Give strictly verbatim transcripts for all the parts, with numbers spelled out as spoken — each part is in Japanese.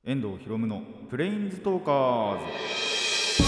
遠藤ひろむのプレインズトーカーズ。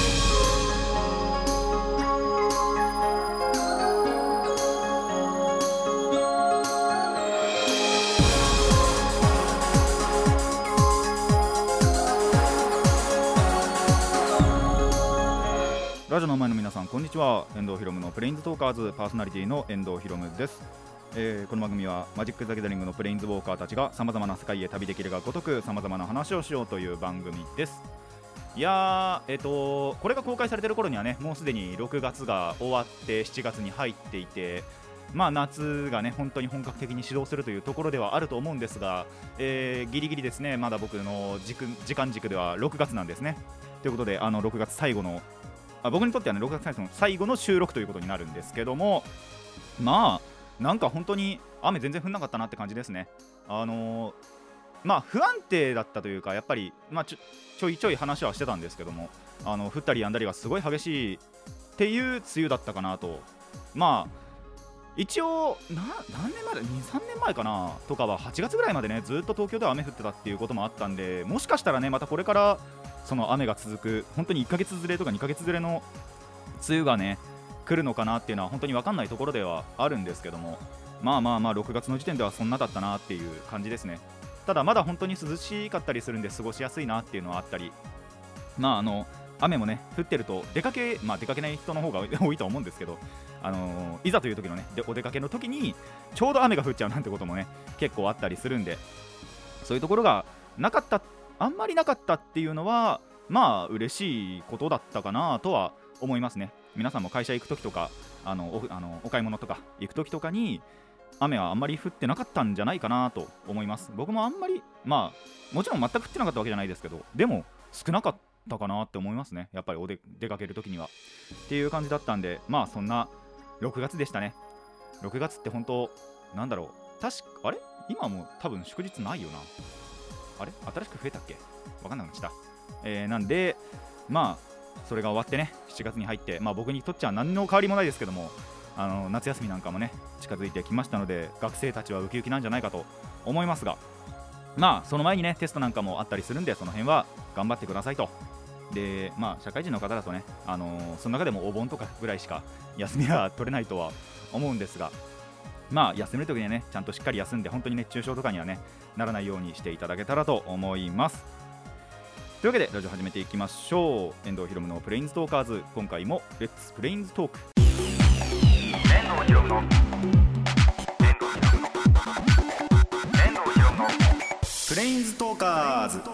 ラジオの前の皆さんこんにちは。遠藤ひろむのプレインズトーカーズパーソナリティの遠藤ひろむです。えー、この番組はマジック・ザ・ギャザリングのプレインズウォーカーたちがさまざまな世界へ旅できるがごとくさまざまな話をしようという番組です。いやー、えっとこれが公開されてる頃にはね、もうすでにろくがつが終わってしちがつに入っていて、まあ夏がね本当に本格的に始動するというところではあると思うんですが、えー、ギリギリですね、まだ僕の軸時間軸ではろくがつなんですね。ということで、あのろくがつ最後のあ僕にとってはねろくがつ最後の最後の収録ということになるんですけども、まあなんか本当に雨全然降んなかったなって感じですね。あのー、まあ不安定だったというか、やっぱり、まあ、ちょ、ちょいちょい話はしてたんですけども、あの降ったりやんだりがすごい激しいっていう梅雨だったかなと。まあ一応な何年前だ にさんねんまえかなとかははちがつぐらいまでねずっと東京では雨降ってたっていうこともあったんで、もしかしたらねまたこれからその雨が続く本当にいっかげつずれとかにかげつずれの梅雨がね来るのかなっていうのは本当に分かんないところではあるんですけども、まあまあまあろくがつの時点ではそんなだったなっていう感じですね。ただまだ本当に涼しかったりするんで過ごしやすいなっていうのはあったり、まああの雨もね降ってると出かけまあ出かけない人の方が多いと思うんですけど、あのー、いざという時のねでお出かけの時にちょうど雨が降っちゃうなんてこともね結構あったりするんで、そういうところがなかったあんまりなかったっていうのはまあ嬉しいことだったかなとは思いますね。皆さんも会社行く時とかあの お, あのお買い物とか行く時とかに雨はあんまり降ってなかったんじゃないかなと思います。僕もあんまりまあもちろん全く降ってなかったわけじゃないですけど、でも少なかったかなって思いますね。やっぱりお出出かける時にはっていう感じだったんで、まあそんなろくがつでしたね。ろくがつって本当なんだろう、確かあれ今もう多分祝日ないよな。あれ新しく増えたっけわかんなくなっちゃった。えー、なんでまあそれが終わってねしちがつに入って、まあ僕にとっちゃ何の変わりもないですけども、あの夏休みなんかもね近づいてきましたので、学生たちはウキウキなんじゃないかと思いますが、まあその前にねテストなんかもあったりするんで、その辺は頑張ってくださいと。でまあ社会人の方だとね、あのー、その中でもお盆とかぐらいしか休みは取れないとは思うんですが、まあ休める時にはねちゃんとしっかり休んで、本当に熱中症とかにはねならないようにしていただけたらと思います。というわけでラジオ始めていきましょう。遠藤ひろむのプレインズトーカーズ、今回もレッツプレインズトーク。遠藤ひろむの遠藤ひろむの遠藤ひろむのプレインズトーカーズ。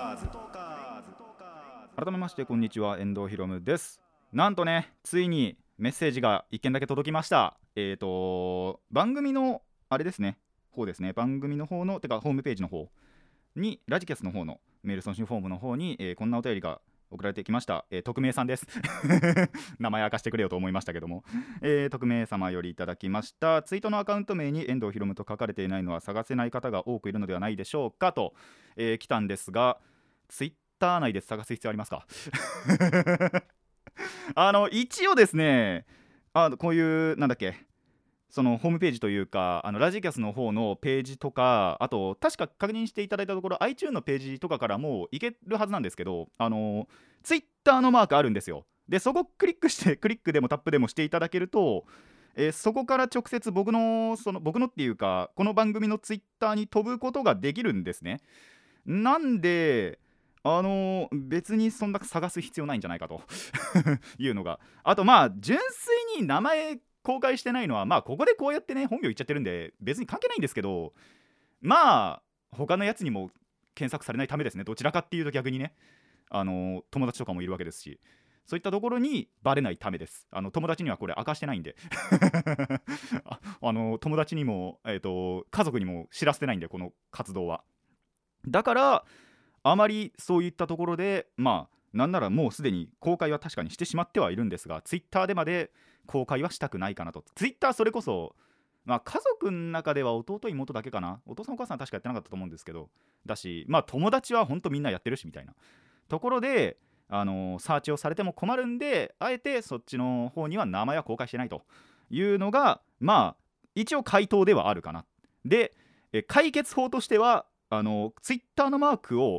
改めましてこんにちは、遠藤ひろむです。なんとねついにメッセージがいっけんだけ届きました。えーと番組のあれですね方ですね番組の方のてかホームページの方にラジキャスの方のメール送信フォームの方に、えー、こんなお便りが送られてきました。えー、匿名さんです名前明かしてくれよと思いましたけども、えー、匿名様よりいただきました。ツイートのアカウント名に遠藤ひろむと書かれていないのは探せない方が多くいるのではないでしょうかと、えー、来たんですが、ツイッター内で探す必要ありますかあの一応ですね、あこういうなんだっけそのホームページというか、あのラジキャスの方のページとか、あと確か確認していただいたところ iTunes のページとかからもいけるはずなんですけど、あの Twitter のマークあるんですよ。でそこクリックしてクリックでもタップでもしていただけると、えー、そこから直接僕のその僕のっていうかこの番組の Twitter に飛ぶことができるんですね。なんであのー、別にそんな探す必要ないんじゃないかというのが、あとまあ純粋に名前公開してないのは、まあここでこうやってね本名言っちゃってるんで別に関係ないんですけど、まあ他のやつにも検索されないためですね。どちらかっていうと逆にね、あの友達とかもいるわけですし、そういったところにバレないためです。あの友達にはこれ明かしてないんでああの友達にも、えーと家族にも知らせてないんで、この活動は。だからあまりそういったところで、まあなんならもうすでに公開は確かにしてしまってはいるんですが、ツイッターでまで公開はしたくないかなと。ツイッターそれこそ、まあ、家族の中では弟妹だけかな、お父さんお母さん確かやってなかったと思うんですけど、だしまあ友達は本当みんなやってるしみたいなところで、あのー、サーチをされても困るんで、あえてそっちの方には名前は公開してないというのがまあ一応回答ではあるかな。でえ解決法としては、あのー、ツイッターのマークを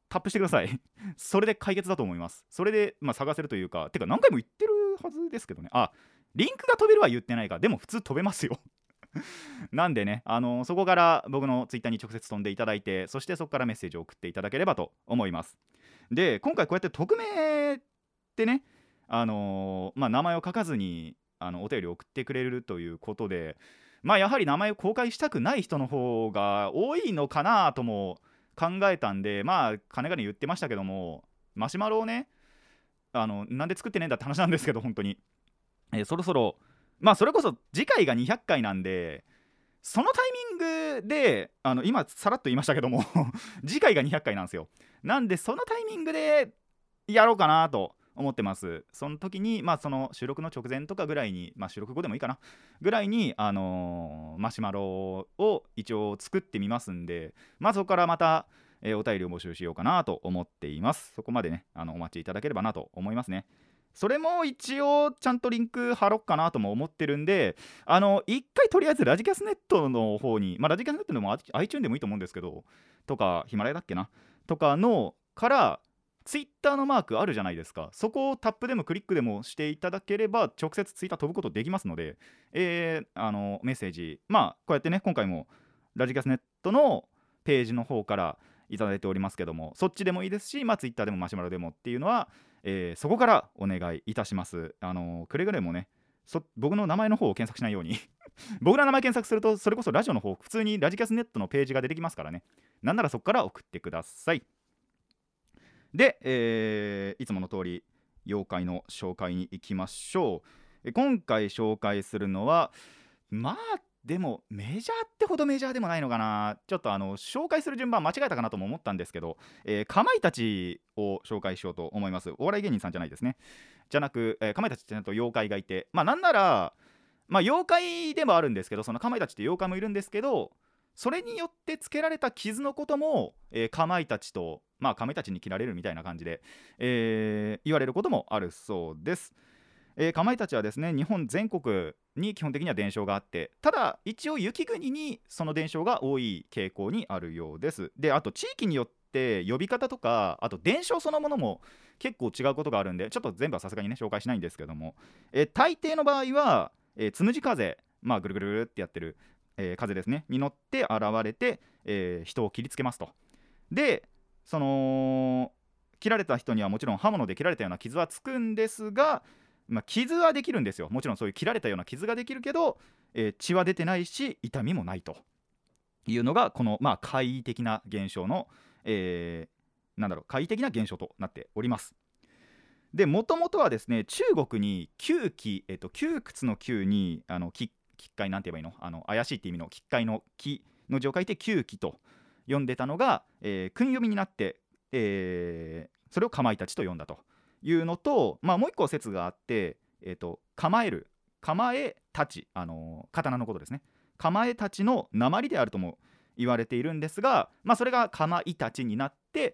タップしてくださいそれで解決だと思います。それで、まあ、探せるというか、てか何回も言ってるはずですけどね。あ、リンクが飛べるは言ってないか。でも普通飛べますよなんでね、あのーそこから僕のツイッターに直接飛んでいただいて、そしてそこからメッセージを送っていただければと思います。で、今回こうやって匿名ってね、あのーまあ、名前を書かずにあのお便りを送ってくれるということで、まあ、やはり名前を公開したくない人の方が多いのかなとも考えたんで、まあかねがね言ってましたけども、マシュマロをね、あのなんで作ってねえんだって話なんですけど、本当に、えーそろそろ、まあそれこそ次回がにひゃっかいなんで、そのタイミングで、あの今さらっと言いましたけども次回がにひゃっかいなんですよ。なんでそのタイミングでやろうかなと思ってます。その時に、まあその収録の直前とかぐらいに、まあ収録後でもいいかなぐらいに、あのーマシュマロを一応作ってみますんで、まあそこからまた、えーお便りを募集しようかなと思っています。そこまでね、あのお待ちいただければなと思いますね。それも一応ちゃんとリンク貼ろっかなとも思ってるんで、あの一回とりあえずラジキャスネットの方に、まあラジキャスネットでも iTunes でもいいと思うんですけど、とかヒマラヤだっけなとかのからツイッターのマークあるじゃないですか。そこをタップでもクリックでもしていただければ直接ツイッター飛ぶことできますので、えー、あのメッセージ、まあこうやってね、今回もラジキャスネットのページの方からいただいておりますけども、そっちでもいいですし、まあツイッターでもマシュマロでもっていうのは、えーそこからお願いいたします。あのくれぐれもね、そ僕の名前の方を検索しないように僕の名前検索すると、それこそラジオの方、普通にラジキャスネットのページが出てきますからね。なんならそこから送ってください。で、えーいつもの通り妖怪の紹介に行きましょう。え今回紹介するのは、まあでもメジャーってほどメジャーでもないのかな。ちょっとあの紹介する順番間違えたかなとも思ったんですけど、えーかまいたちを紹介しようと思います。お笑い芸人さんじゃないですね。じゃなく、えーかまいたちってちゃんと妖怪がいて、まあなんなら、まあ妖怪でもあるんですけど、そのかまいたちって妖怪もいるんですけど、それによってつけられた傷のことも、えーかまいたちと、まあかまいたちに切られるみたいな感じで、えー言われることもあるそうです。えーかまいたちはですね、日本全国に基本的には伝承があって、ただ一応雪国にその伝承が多い傾向にあるようです。で、あと地域によって呼び方とか、あと伝承そのものも結構違うことがあるんで、ちょっと全部はさすがにね紹介しないんですけども、えー大抵の場合は、えーつむじ風、まあぐるぐるぐるってやってる、えー風ですねに乗って現れて、えー人を切りつけますと。で、その切られた人にはもちろん刃物で切られたような傷はつくんですが、まあ、傷はできるんですよ。もちろんそういう切られたような傷ができるけど、えー血は出てないし痛みもないというのがこの、まあ、怪異的な現象の、えーなんだろう怪異的な現象となっております。で、もともとはですね、中国に窮鬼、えっと、窮屈の窮にあのき奇怪なんて言えばいいの、あの怪しいって意味の奇怪の奇の字を書いて窮鬼と呼んでたのが、えー訓読みになって、えーそれをかまいたちと呼んだというのと、まあ、もう一個説があって、えーと構える構えたち、あのー刀のことですね。構えたちの鉛であるとも言われているんですが、まあ、それがかまいたちになって、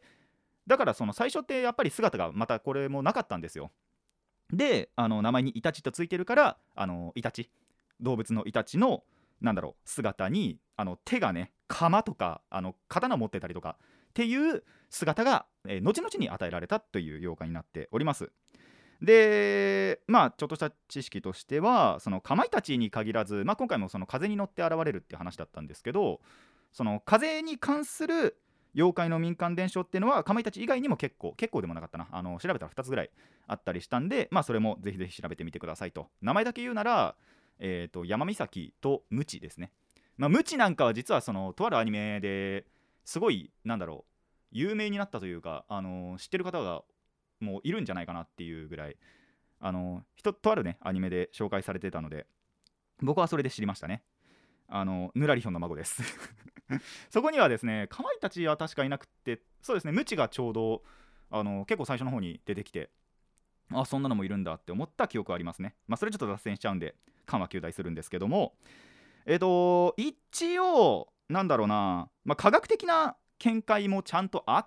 だからその最初ってやっぱり姿がまたこれもなかったんですよ。で、あの名前にイタチとついてるから、あのイタチ、動物のイタチのなんだろう姿に、あの手がね鎌とかあの刀を持ってたりとかっていう姿が、えー後々に与えられたという妖怪になっております。で、まあちょっとした知識としては、そのかまいたちに限らず、まあ、今回もその風に乗って現れるって話だったんですけど、その風に関する妖怪の民間伝承っていうのはかまいたち以外にも結構結構でもなかったな、あの調べたらふたつぐらいあったりしたんで、まあそれもぜひぜひ調べてみてくださいと。名前だけ言うなら、えー、と山岬とムチですね。まあ、ムチなんかは実はそのとあるアニメですごいなんだろう有名になったというか、あの知ってる方がもういるんじゃないかなっていうぐらい、あの人とあるねアニメで紹介されてたので、僕はそれで知りましたね。あのぬらりひょんの孫ですそこにはですね、かまいたちは確かいなくて、そうですね、ムチがちょうどあの結構最初の方に出てきて、あ、そんなのもいるんだって思った記憶はありますね。まあそれちょっと脱線しちゃうんで緩和球大するんですけども、えっ、と一応なんだろうな、まあ、科学的な見解もちゃんとあって、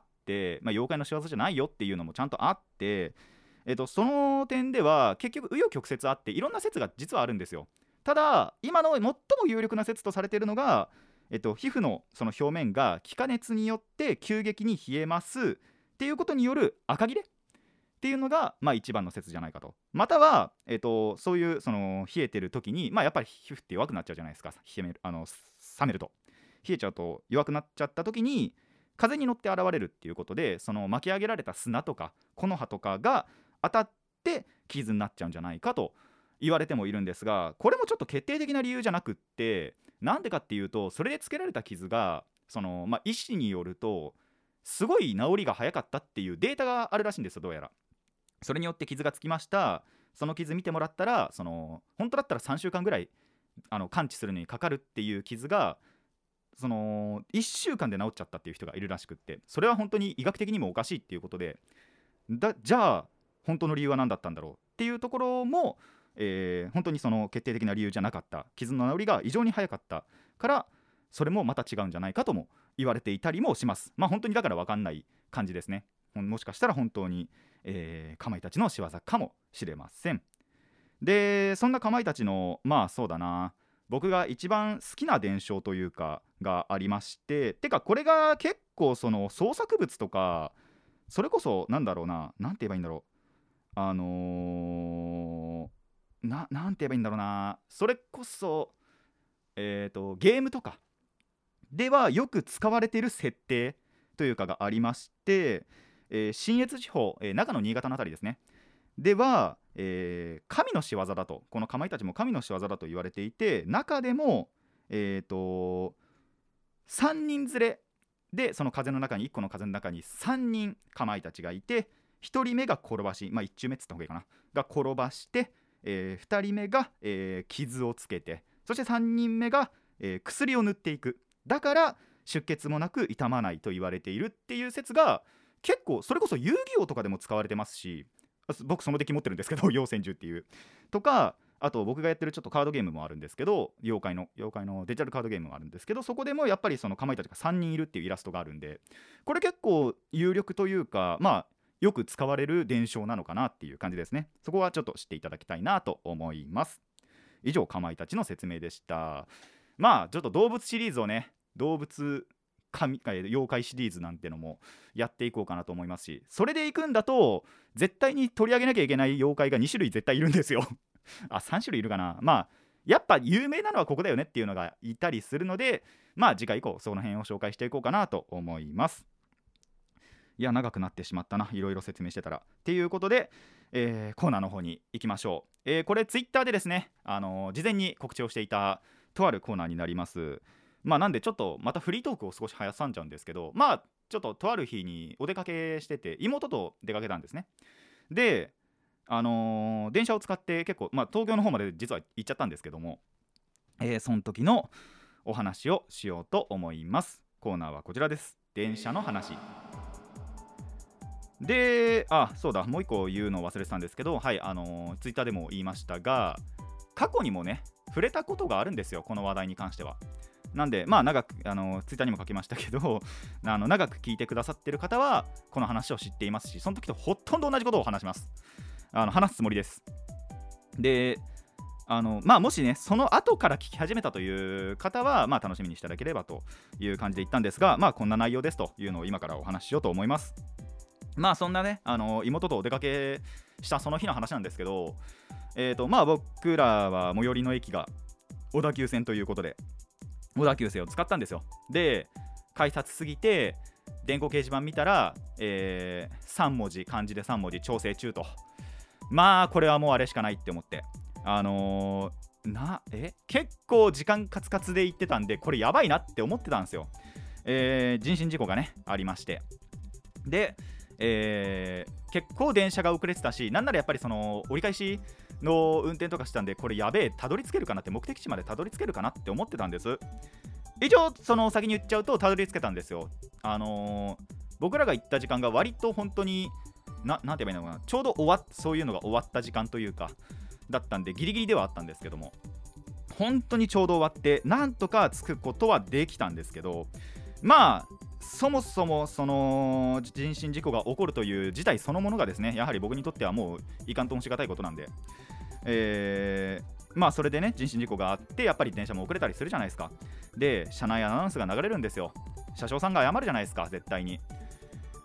まあ、妖怪の仕業じゃないよっていうのもちゃんとあって、えっとその点では結局紆余曲折あっていろんな説が実はあるんですよ。ただ今の最も有力な説とされているのが、えっと、皮膚のその表面が気化熱によって急激に冷えます。 っていうことによる赤切れっていうのが、まあ、一番の説じゃないかと。または、えー、とそういうその冷えてる時に、まあ、やっぱり皮膚って弱くなっちゃうじゃないですか。冷めるあの冷めると冷えちゃうと弱くなっちゃった時に風に乗って現れるっていうことで、その巻き上げられた砂とか木の葉とかが当たって傷になっちゃうんじゃないかと言われてもいるんですが、これもちょっと決定的な理由じゃなくって、なんでかっていうと、それでつけられた傷がその、まあ、医師によるとすごい治りが早かったっていうデータがあるらしいんですよ。どうやらそれによって傷がつきました、その傷見てもらったら、その本当だったらさんしゅうかんぐらいあの完治するのにかかるっていう傷がそのいっしゅうかんで治っちゃったっていう人がいるらしくって、それは本当に医学的にもおかしいっていうことで、だじゃあ本当の理由は何だったんだろうっていうところも、えー、本当にその決定的な理由じゃなかった、傷の治りが異常に早かったから、それもまた違うんじゃないかとも言われていたりもします。まあ本当にだから分かんない感じですね。もしかしたら本当に、えー、かまいたちの仕業かもしれません。でそんなかまいたちのまあそうだな、僕が一番好きな伝承というかがありまして、てかこれが結構その創作物とか、それこそなんだろうな、なんて言えばいいんだろう、あのー、ななんて言えばいいんだろうな、それこそえーとゲームとかではよく使われている設定というかがありまして、えー、信越地方、えー、長野新潟のあたりですねでは、えー、神の仕業だと、このかまいたちも神の仕業だと言われていて、中でもえーとさんにん連れで、その風の中にいっこの風の中にさんにんかまいたちがいて、ひとりめが転ばし、まあいち中目っつった方がいいかなが転ばして、えー、ふたりめが、えー、傷をつけて、そしてさんにんめが、えー、薬を塗っていく。だから出血もなく傷まないと言われているっていう説が結構、それこそ遊戯王とかでも使われてますし、僕そのデッキ持ってるんですけど妖仙獣っていうとか、あと僕がやってるちょっとカードゲームもあるんですけど、妖怪の妖怪のデジタルカードゲームもあるんですけど、そこでもやっぱりそのかまいたちがさんにんいるっていうイラストがあるんで、これ結構有力というか、まあよく使われる伝承なのかなっていう感じですね。そこはちょっと知っていただきたいなと思います。以上かまいたちの説明でした。まあちょっと動物シリーズをね、動物神妖怪シリーズなんてのもやっていこうかなと思いますし、それでいくんだと絶対に取り上げなきゃいけない妖怪がにしゅるい絶対いるんですよあ、さんしゅるいいるかな。まあやっぱ有名なのはここだよねっていうのがいたりするので、まあ次回以降その辺を紹介していこうかなと思います。いや長くなってしまったな、いろいろ説明してたら。っていうことで、えー、コーナーの方に行きましょう。えー、これツイッターでですね、あのー、事前に告知をしていたとあるコーナーになります。まあなんでちょっとまたフリートークを少し挟んじゃうんですけど、まあちょっととある日にお出かけしてて、妹と出かけたんですね。であのー、電車を使って結構、まあ、東京の方まで実は行っちゃったんですけども、えー、その時のお話をしようと思います。コーナーはこちらです。電車の話で、あ、そうだ、もう一個言うのを忘れてたんですけど、はい、あのー、ツイッターでも言いましたが、過去にもね触れたことがあるんですよ、この話題に関しては。なんでまあ長くあのツイッターにも書きましたけどあの長く聞いてくださってる方はこの話を知っていますし、その時とほとんど同じことを話します。あの話すつもりです。であのまあもしねその後から聞き始めたという方はまあ楽しみにしていただければという感じで言ったんですが、まあこんな内容ですというのを今からお話ししようと思います。まあそんなねあの妹とお出かけしたその日の話なんですけど、えーとまあ僕らは最寄りの駅が小田急線ということで小田急線を使ったんですよ。で改札過ぎて電光掲示板見たら、えー、さん文字漢字でさん文字調整中と、まあこれはもうあれしかないって思って、あのー、なえ結構時間カツカツで行ってたんでこれやばいなって思ってたんですよ。えー、人身事故がねありまして、で、えー、結構電車が遅れてたし、なんならやっぱりその折り返しの運転とかしたんで、これやべえたどり着けるかなって、目的地までたどり着けるかなって思ってたんです。以上その先に言っちゃうとたどり着けたんですよ。あのー、僕らが行った時間が割と本当にななんて言えばいいのかな、ちょうど終わっそういうのが終わった時間というかだったんでギリギリではあったんですけども、本当にちょうど終わってなんとか着くことはできたんですけど、まあそもそもその人身事故が起こるという事態そのものがですね、やはり僕にとってはもういかんともしがたいことなんで、えー、まあそれでね人身事故があってやっぱり電車も遅れたりするじゃないですか。で車内アナウンスが流れるんですよ。車掌さんが謝るじゃないですか絶対に。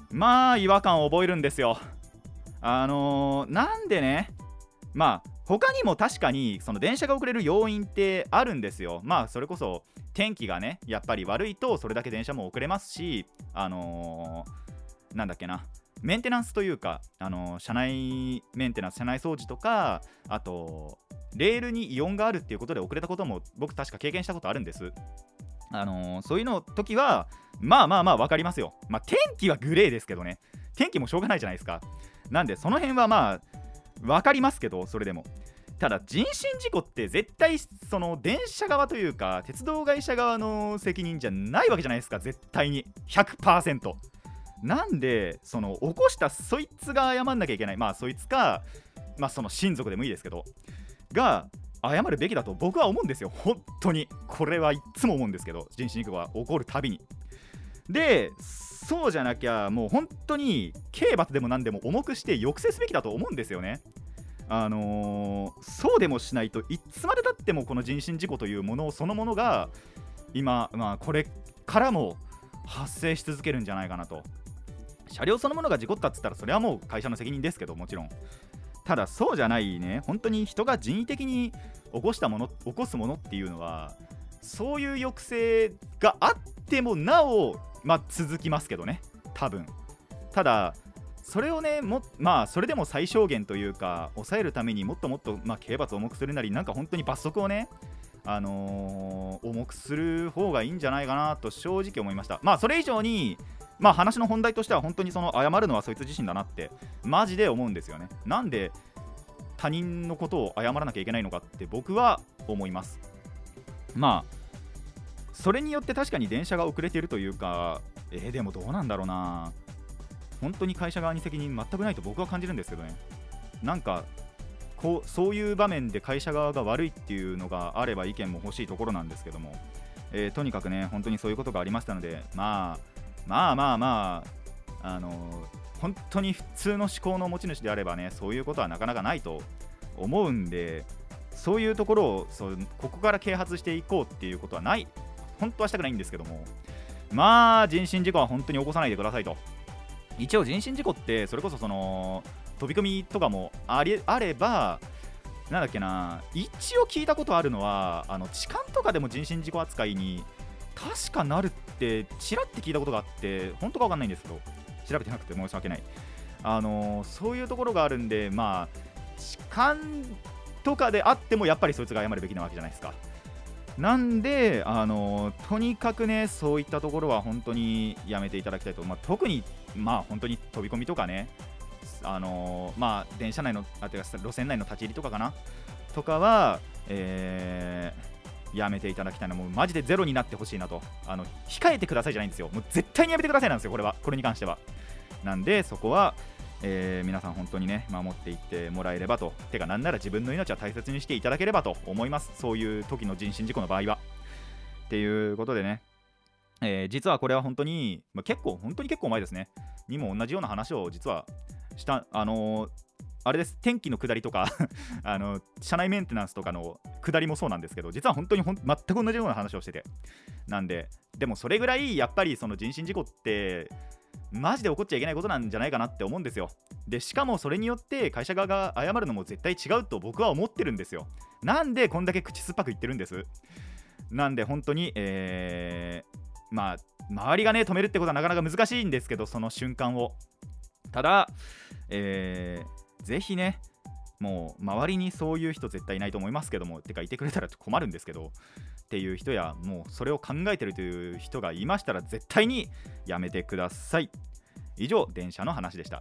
まあ違和感を覚えるんですよ。あのー、なんでね、まあ他にも確かにその電車が遅れる要因ってあるんですよ。まあそれこそ天気がねやっぱり悪いとそれだけ電車も遅れますし、あのー、なんだっけな、メンテナンスというか、あのー車内メンテナンス、車内掃除とか、あとレールに異音があるっていうことで遅れたことも僕確か経験したことあるんです。あのーそういうの時はまあまあまあ分かりますよ。まあ天気はグレーですけどね、天気もしょうがないじゃないですか。なんでその辺はまあ分かりますけど、それでもただ人身事故って絶対その電車側というか鉄道会社側の責任じゃないわけじゃないですか、絶対に ひゃくパーセント。 なんでその起こしたそいつが謝んなきゃいけない、まあそいつか、まあその親族でもいいですけどが謝るべきだと僕は思うんですよ。本当にこれはいっつも思うんですけど、人身事故が起こるたびに。でそうじゃなきゃもう本当に刑罰でも何でも重くして抑制すべきだと思うんですよね。あのーそうでもしないといつまでたってもこの人身事故というものそのものが今、まあ、これからも発生し続けるんじゃないかなと。車両そのものが事故ったっつったらそれはもう会社の責任ですけど、もちろん。ただそうじゃないね、本当に人が人為的に起こしたもの起こすものっていうのはそういう抑制があってもなお、まあ、続きますけどね、多分。ただそれをねもまあそれでも最小限というか抑えるためにもっともっと、まあ、刑罰を重くするなり、なんか本当に罰則をね、あのー重くする方がいいんじゃないかなと正直思いました。まあそれ以上に、まあ話の本題としては本当にその謝るのはそいつ自身だなってマジで思うんですよね。なんで他人のことを謝らなきゃいけないのかって僕は思います。まあそれによって確かに電車が遅れているというか、えー、でもどうなんだろうな、本当に会社側に責任全くないと僕は感じるんですけどね。なんかこうそういう場面で会社側が悪いっていうのがあれば意見も欲しいところなんですけども、えーとにかくね本当にそういうことがありましたので、まあまあまあまああのー本当に普通の思考の持ち主であればね、そういうことはなかなかないと思うんで、そういうところをそうここから啓発していこうっていうことはない、本当はしたくないんですけども、まあ人身事故は本当に起こさないでくださいと。一応人身事故ってそれこそその飛び込みとかもありあれば、なんだっけな、一応聞いたことあるのはあの痴漢とかでも人身事故扱いに確かなるってちらって聞いたことがあって、本当か分かんないんですけど調べてなくて申し訳ない。あのーそういうところがあるんで、まあ痴漢とかであってもやっぱりそいつが謝るべきなわけじゃないですか。なんで、あのーとにかくねそういったところは本当にやめていただきたいと。まあ、特にまあ本当に飛び込みとかね、あのーまあ電車内のあてか路線内の立ち入りとかかなとかは、えーやめていただきたいな。もうマジでゼロになってほしいなと。あの控えてくださいじゃないんですよ、もう絶対にやめてくださいなんですよ、これはこれに関しては。なんでそこは、えー皆さん本当にね守っていってもらえればと。てかなんなら自分の命は大切にしていただければと思います、そういう時の人身事故の場合は。っていうことでね、えー実はこれは本当に、まあ、結構本当に結構前ですねにも同じような話を実はしたあのーあれです、天気の下りとかあの車内メンテナンスとかの下りもそうなんですけど、実は本当にほん全く同じような話をしてて、なんででもそれぐらいやっぱりその人身事故ってマジで起こっちゃいけないことなんじゃないかなって思うんですよ。でしかもそれによって会社側が謝るのも絶対違うと僕は思ってるんですよ。なんでこんだけ口酸っぱく言ってるんです。なんで本当に、えーまあ周りがね止めるってことはなかなか難しいんですけど、その瞬間を。ただ、えーぜひね、もう周りにそういう人絶対いないと思いますけども、てかいてくれたら困るんですけどっていう人や、もうそれを考えてるという人がいましたら絶対にやめてください。以上、電車の話でした。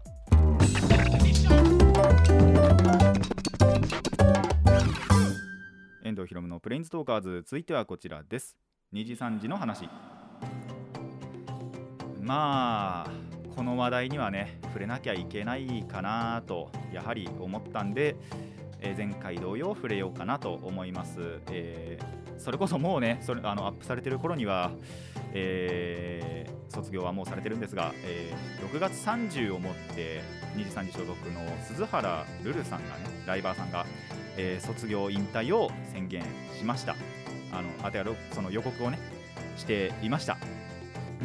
遠藤ひろむのプレインズトーカーズ、続いてはこちらです。にじさんじの話。まあこの話題にはね触れなきゃいけないかなとやはり思ったんで、えー前回同様触れようかなと思います。えーそれこそもうねそれあのアップされてる頃には、えー卒業はもうされてるんですが、えーろくがつさんじゅうをもってにじさんじ所属の鈴原ルルさんがねライバーさんが、えー卒業引退を宣言しました。あのあてはその予告をねしていました。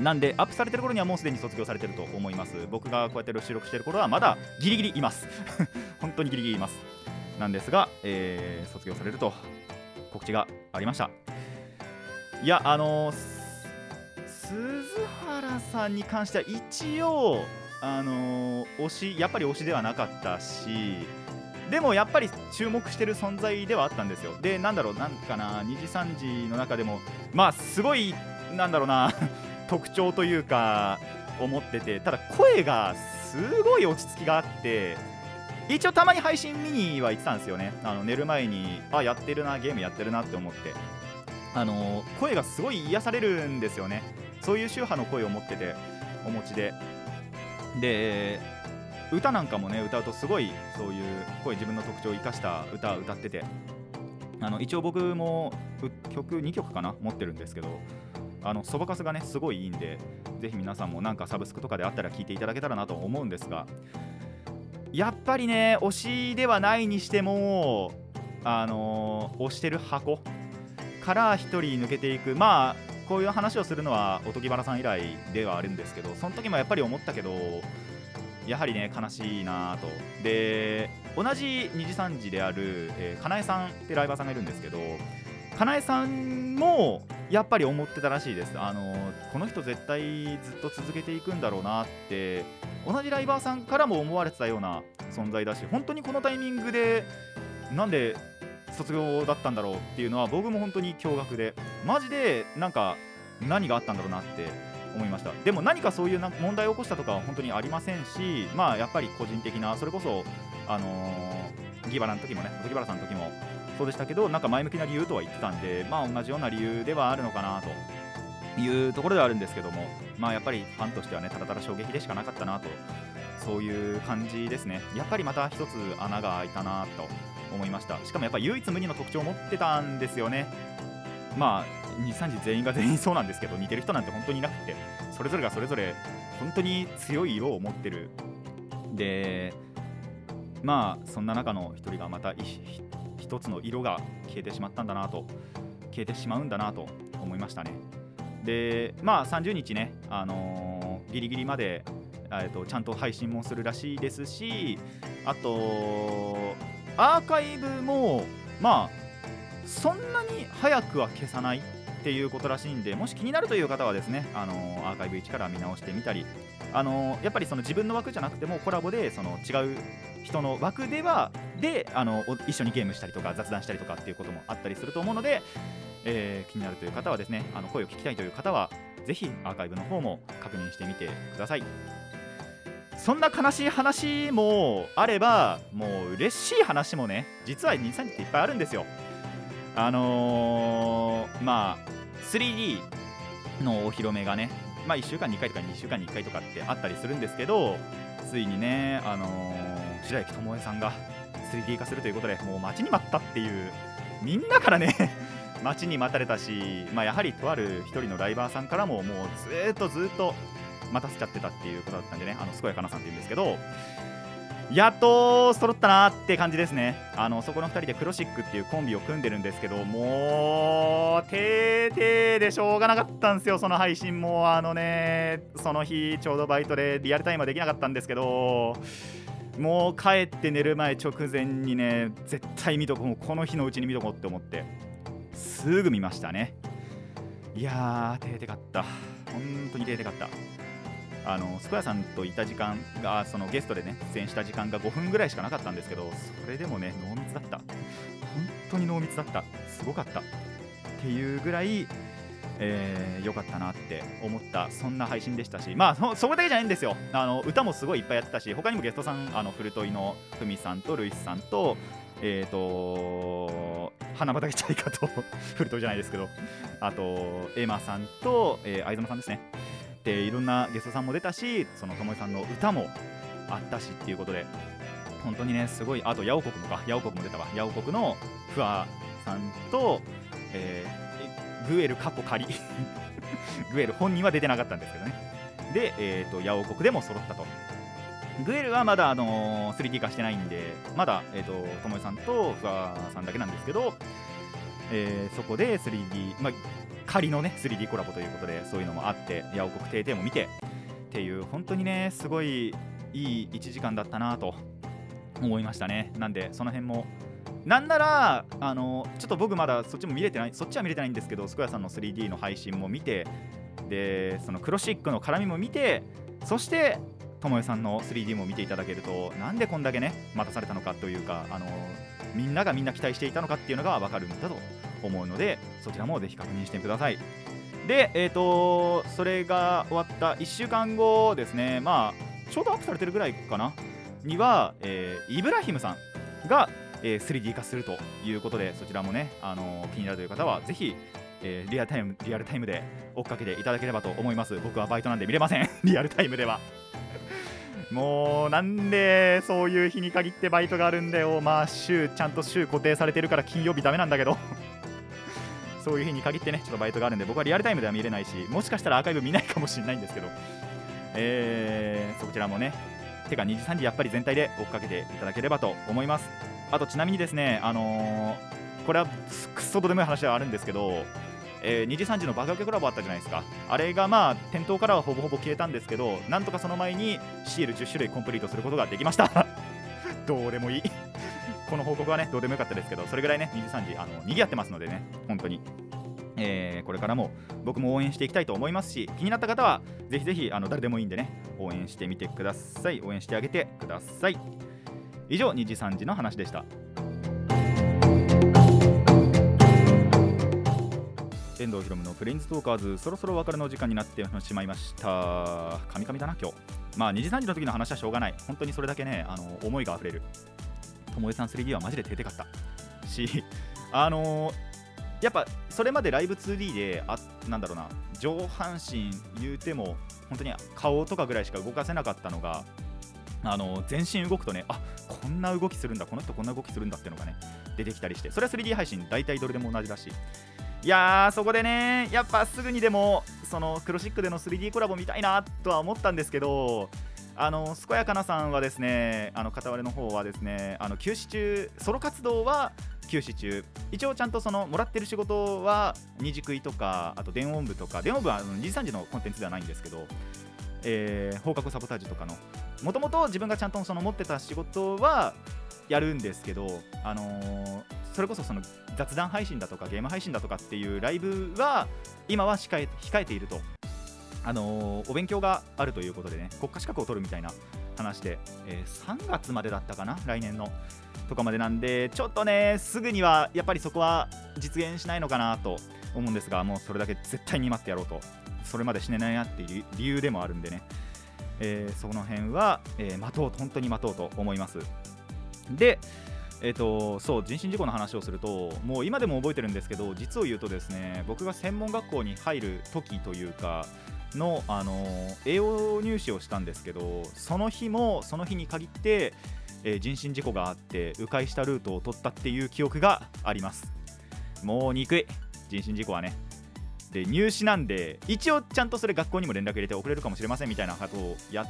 なんでアップされてる頃にはもうすでに卒業されてると思います。僕がこうやって収録してる頃はまだギリギリいます本当にギリギリいます。なんですが、えー、卒業されると告知がありました。いや、あのー、鈴原さんに関しては一応あのー、推しやっぱり推しではなかったし、でもやっぱり注目してる存在ではあったんですよ。で、なんだろう、なんかな、にじさんじの中でもまあすごいなんだろうな特徴というか思ってて、ただ声がすごい落ち着きがあって、一応たまに配信見には行ってたんですよね。あの寝る前にあやってるな、ゲームやってるなって思って、あのー、声がすごい癒されるんですよね。そういう宗派の声を持っててお持ちで、で歌なんかもね歌うとすごいそういう声、自分の特徴を生かした歌を歌ってて、あの一応僕も曲にきょくかな持ってるんですけど、あのそばかすがねすごいいいんで、ぜひ皆さんもなんかサブスクとかであったら聴いていただけたらなと思うんですが、やっぱりね推しではないにしても、あのー、推してる箱から一人抜けていく、まあこういう話をするのはおとぎばらさん以来ではあるんですけど、その時もやっぱり思ったけど、やはりね悲しいなと。で同じにじさんじである、えー、かなえさんってライバーさんがいるんですけど、かなえさんもやっぱり思ってたらしいです。あのー、この人絶対ずっと続けていくんだろうなって同じライバーさんからも思われてたような存在だし、本当にこのタイミングでなんで卒業だったんだろうっていうのは僕も本当に驚愕で、マジでなんか何があったんだろうなって思いました。でも何かそういうなんか問題を起こしたとかは本当にありませんし、まあやっぱり個人的な、それこそあのー、ギバラの時もね、おとぎばらさんの時もそうでしたけど、なんか前向きな理由とは言ってたんで、まあ同じような理由ではあるのかなというところではあるんですけども、まあやっぱりファンとしてはねただただ衝撃でしかなかったなと、そういう感じですね。やっぱりまた一つ穴が開いたなと思いました。しかもやっぱ唯一無二の特徴を持ってたんですよね。まあにじさんじ全員が全員そうなんですけど、似てる人なんて本当にいなくて、それぞれがそれぞれ本当に強い色を持ってる。でまあそんな中の一人がまた一つの色が消えてしまったんだなと、消えてしまうんだなと思いましたね。でまあさんじゅうにちね、あのー、ギリギリまでえとちゃんと配信もするらしいですし、あとアーカイブもまあそんなに早くは消さないっていうことらしいんで、もし気になるという方はですね、あのー、アーカイブいちから見直してみたり、あのー、やっぱりその自分の枠じゃなくてもコラボでその違う人の枠ではであの一緒にゲームしたりとか雑談したりとかっていうこともあったりすると思うので、えー、気になるという方はですね、あの声を聞きたいという方はぜひアーカイブの方も確認してみてください。そんな悲しい話もあれば、もう嬉しい話もね実はにじさんじっていっぱいあるんですよ。あのー、まあ スリーディー のお披露目がね、まあいっしゅうかんにいっかいとかにしゅうかんにいっかいとかってあったりするんですけど、ついにね、あのー、白雪智恵さんが スリーディー 化するということで、もう待ちに待ったっていう、みんなからね待ちに待たれたし、まあ、やはりとある一人のライバーさんからももうずーっとずーっと待たせちゃってたっていうことだったんでね、あの健やかなさんっていうんですけど、やっと揃ったなーって感じですね。あのそこのふたりでクロシックっていうコンビを組んでるんですけど、もうてーてーでしょうがなかったんですよ。その配信もあのね、その日ちょうどバイトでリアルタイムはできなかったんですけど、もう帰って寝る前直前にね絶対見とこう、この日のうちに見とこうって思ってすぐ見ましたね。いやーてーてかった、本当にてーてかった。あのスコヤさんといた時間が、そのゲストでね出演した時間がごふんぐらいしかなかったんですけど、それでもね濃密だった、本当に濃密だった、すごかったっていうぐらい良、えー、かったなって思った、そんな配信でしたし、まあ そ, そこだけじゃないんですよ。あの歌もすごいいっぱいやってたし、他にもゲストさん、あのフルトイのふみさんとルイスさんとえーと花畑チャイカとフルトイじゃないですけど、あとエマさんと、えー、相園さんですね。でいろんなゲストさんも出たし、そのともえさんの歌もあったしっていうことで、本当にねすごい。あとヤオコクもか、ヤオコクも出たわ。ヤオコクのフワさんと、えー、グエル過去仮グエル本人は出てなかったんですけどね。で、えーと、ヤオコクでも揃ったと。グエルはまだ、あのー、スリーディー 化してないんで、まだ、えーと、ともえさんとフワさんだけなんですけど、えー、そこで スリーディー、まあ仮のね スリーディー コラボということで、そういうのもあって、ヤオコク テーテー も見てっていう、本当にねすごいいいいちじかんだったなと思いましたね。なんでその辺もなんならあのちょっと僕まだそっちも見れてない、そっちは見れてないんですけど、スクエアさんの スリーディー の配信も見て、でそのクロシックの絡みも見て、そしてともえさんの スリーディー も見ていただけると、なんでこんだけね待たされたのかというか、あのみんながみんな期待していたのかっていうのが分かるんだと思うので、そちらもぜひ確認してください。でえっ、ー、とそれが終わったいっしゅうかんごですね、まあちょうどアップされてるぐらいかなには、えー、イブラヒムさんが、えー、スリーディー 化するということで、そちらもね、あのー、気になるという方はぜひ、えー、リアルタイムリアルタイムで追っかけていただければと思います。僕はバイトなんで見れませんリアルタイムではもうなんでそういう日に限ってバイトがあるんだよ。まあ週ちゃんと週固定されてるから金曜日ダメなんだけどそういう日に限ってねちょっとバイトがあるんで、僕はリアルタイムでは見れないし、もしかしたらアーカイブ見ないかもしれないんですけど、えー、そちらもね、てかにじさんじやっぱり全体で追っかけていただければと思います。あとちなみにですね、あのー、これはくっそどうでもいい話ではあるんですけど、えー、にじさんじの爆上げコラボあったじゃないですか。あれがまあ店頭からはほぼほぼ消えたんですけど、なんとかその前にシールじゅっしゅるいコンプリートすることができましたどうでもいいこの報告はねどうでもよかったですけど、それぐらいねにじさんじあの賑わってますのでね、本当に、えー、これからも僕も応援していきたいと思いますし、気になった方はぜひぜひあの誰でもいいんでね応援してみてください。応援してあげてください。以上にじさんじの話でした。遠藤ひろむのプレインズトーカーズ、そろそろお別れの時間になってしまいました。神々だな今日。まあにじさんじの時の話はしょうがない。本当にそれだけね、あの思いがあふれる。ともえさん スリーディー はマジで手でかったし、あのー、やっぱそれまでライブ ツーディー であなんだろうな、上半身言うても本当に顔とかぐらいしか動かせなかったのが、あのー、全身動くとね、あこんな動きするんだ、この人こんな動きするんだってのがね出てきたりして、それは スリーディー 配信大体どれでも同じだし、いやーそこでねやっぱすぐにでもそのクロシックでの スリーディー コラボ見たいなとは思ったんですけど、あの健やかなさんはですね、あの片割れの方はですね、あの休止中、ソロ活動は休止中、一応ちゃんとそのもらってる仕事は二次食いとか、あと電音部とか、電音部はにじさんじのコンテンツではないんですけど、えー、放課後サボタージュとかのもともと自分がちゃんとその持ってた仕事はやるんですけど、あのー、それこそその雑談配信だとかゲーム配信だとかっていうライブは今は控え、控えていると、あのー、お勉強があるということでね、国家資格を取るみたいな話で、えー、さんがつまでだったかな、来年のとかまでなんで、ちょっとねすぐにはやっぱりそこは実現しないのかなと思うんですが、もうそれだけ絶対に待ってやろうと、それまで死ねないなっていう理由でもあるんでね、えー、その辺は、えー、待とうと、本当に待とうと思います。でえーと、そう人身事故の話をすると、もう今でも覚えてるんですけど、実を言うとですね、僕が専門学校に入る時というかの、あのー、栄養入試をしたんですけど、その日もその日に限って、えー、人身事故があって迂回したルートを取ったっていう記憶があります。もう憎い人身事故はね。で入試なんで一応ちゃんとそれ学校にも連絡入れて遅れるかもしれませんみたいなことをやって、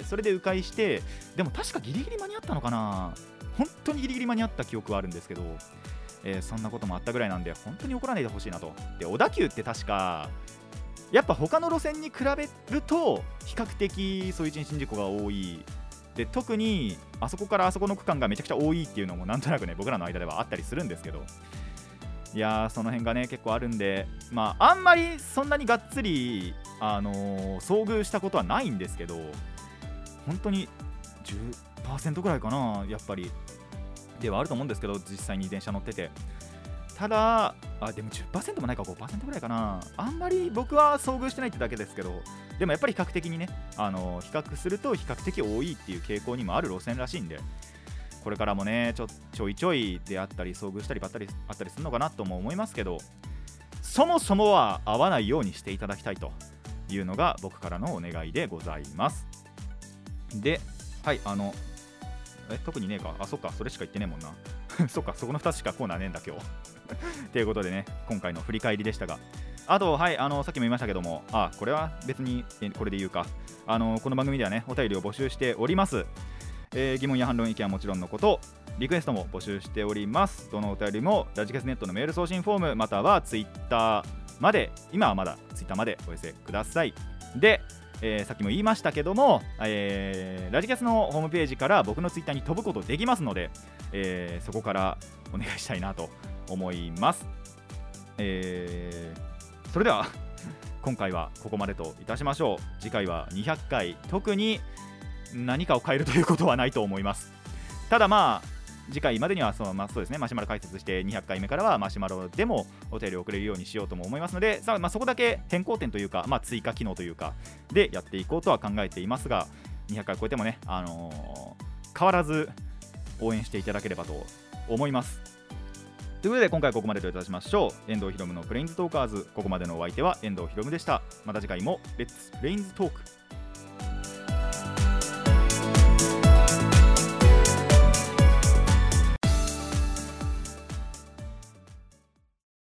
それで迂回して、でも確かギリギリ間に合ったのかな、本当にギリギリ間に合った記憶はあるんですけど、えー、そんなこともあったぐらいなんで本当に怒らないでほしいなと。で小田急って確かやっぱ他の路線に比べると比較的そういう人身事故が多いで、特にあそこからあそこの区間がめちゃくちゃ多いっていうのもなんとなくね僕らの間ではあったりするんですけど、いやーその辺がね結構あるんで、まああんまりそんなにがっつり、あのー、遭遇したことはないんですけど、本当に じゅっパーセント ぐらいかな、やっぱりではあると思うんですけど、実際に電車乗ってて。ただあでも じゅっパーセント もないか ごパーセント ぐらいかな、あんまり僕は遭遇してないってだけですけど、でもやっぱり比較的にね、あのー、比較すると比較的多いっていう傾向にもある路線らしいんで、これからもね ちょ, ちょいちょいであったり遭遇したりばったりあったりするのかなとも思いますけど、そもそもは合わないようにしていただきたいというのが僕からのお願いでございます。ではい、あのえ特にねえか、あそっかそれしか言ってねえもんなそっかそこのふたつしかコーナーねえんだ今日ということでね、今回の振り返りでしたが、あとはいあのさっきも言いましたけども、あこれは別にこれで言うか、あのこの番組ではねお便りを募集しております。えー、疑問や反論意見はもちろんのこと、リクエストも募集しております。どのお便りもラジキャスネットのメール送信フォームまたはツイッターまで、今はまだ Twitter までお寄せください。で、えー、さっきも言いましたけども、えー、ラジキャスのホームページから僕の Twitter に飛ぶことできますので、えー、そこからお願いしたいなと思います。えー、それでは今回はここまでといたしましょう。次回はにひゃっかい、特に何かを変えるということはないと思います。ただまあ次回までにはその、まあ、そうですね、マシュマロ解説してにひゃっかいめからはマシュマロでもお便りを送れるようにしようとも思いますので、さあ、まあ、そこだけ変更点というか、まあ、追加機能というかでやっていこうとは考えていますが、にひゃっかい超えてもね、あのー、変わらず応援していただければと思います。ということで今回はここまでといたしましょう。遠藤ひろむのプレインズトーカーズ、ここまでのお相手は遠藤ひろむでした。また次回もレッツプレインズトーク。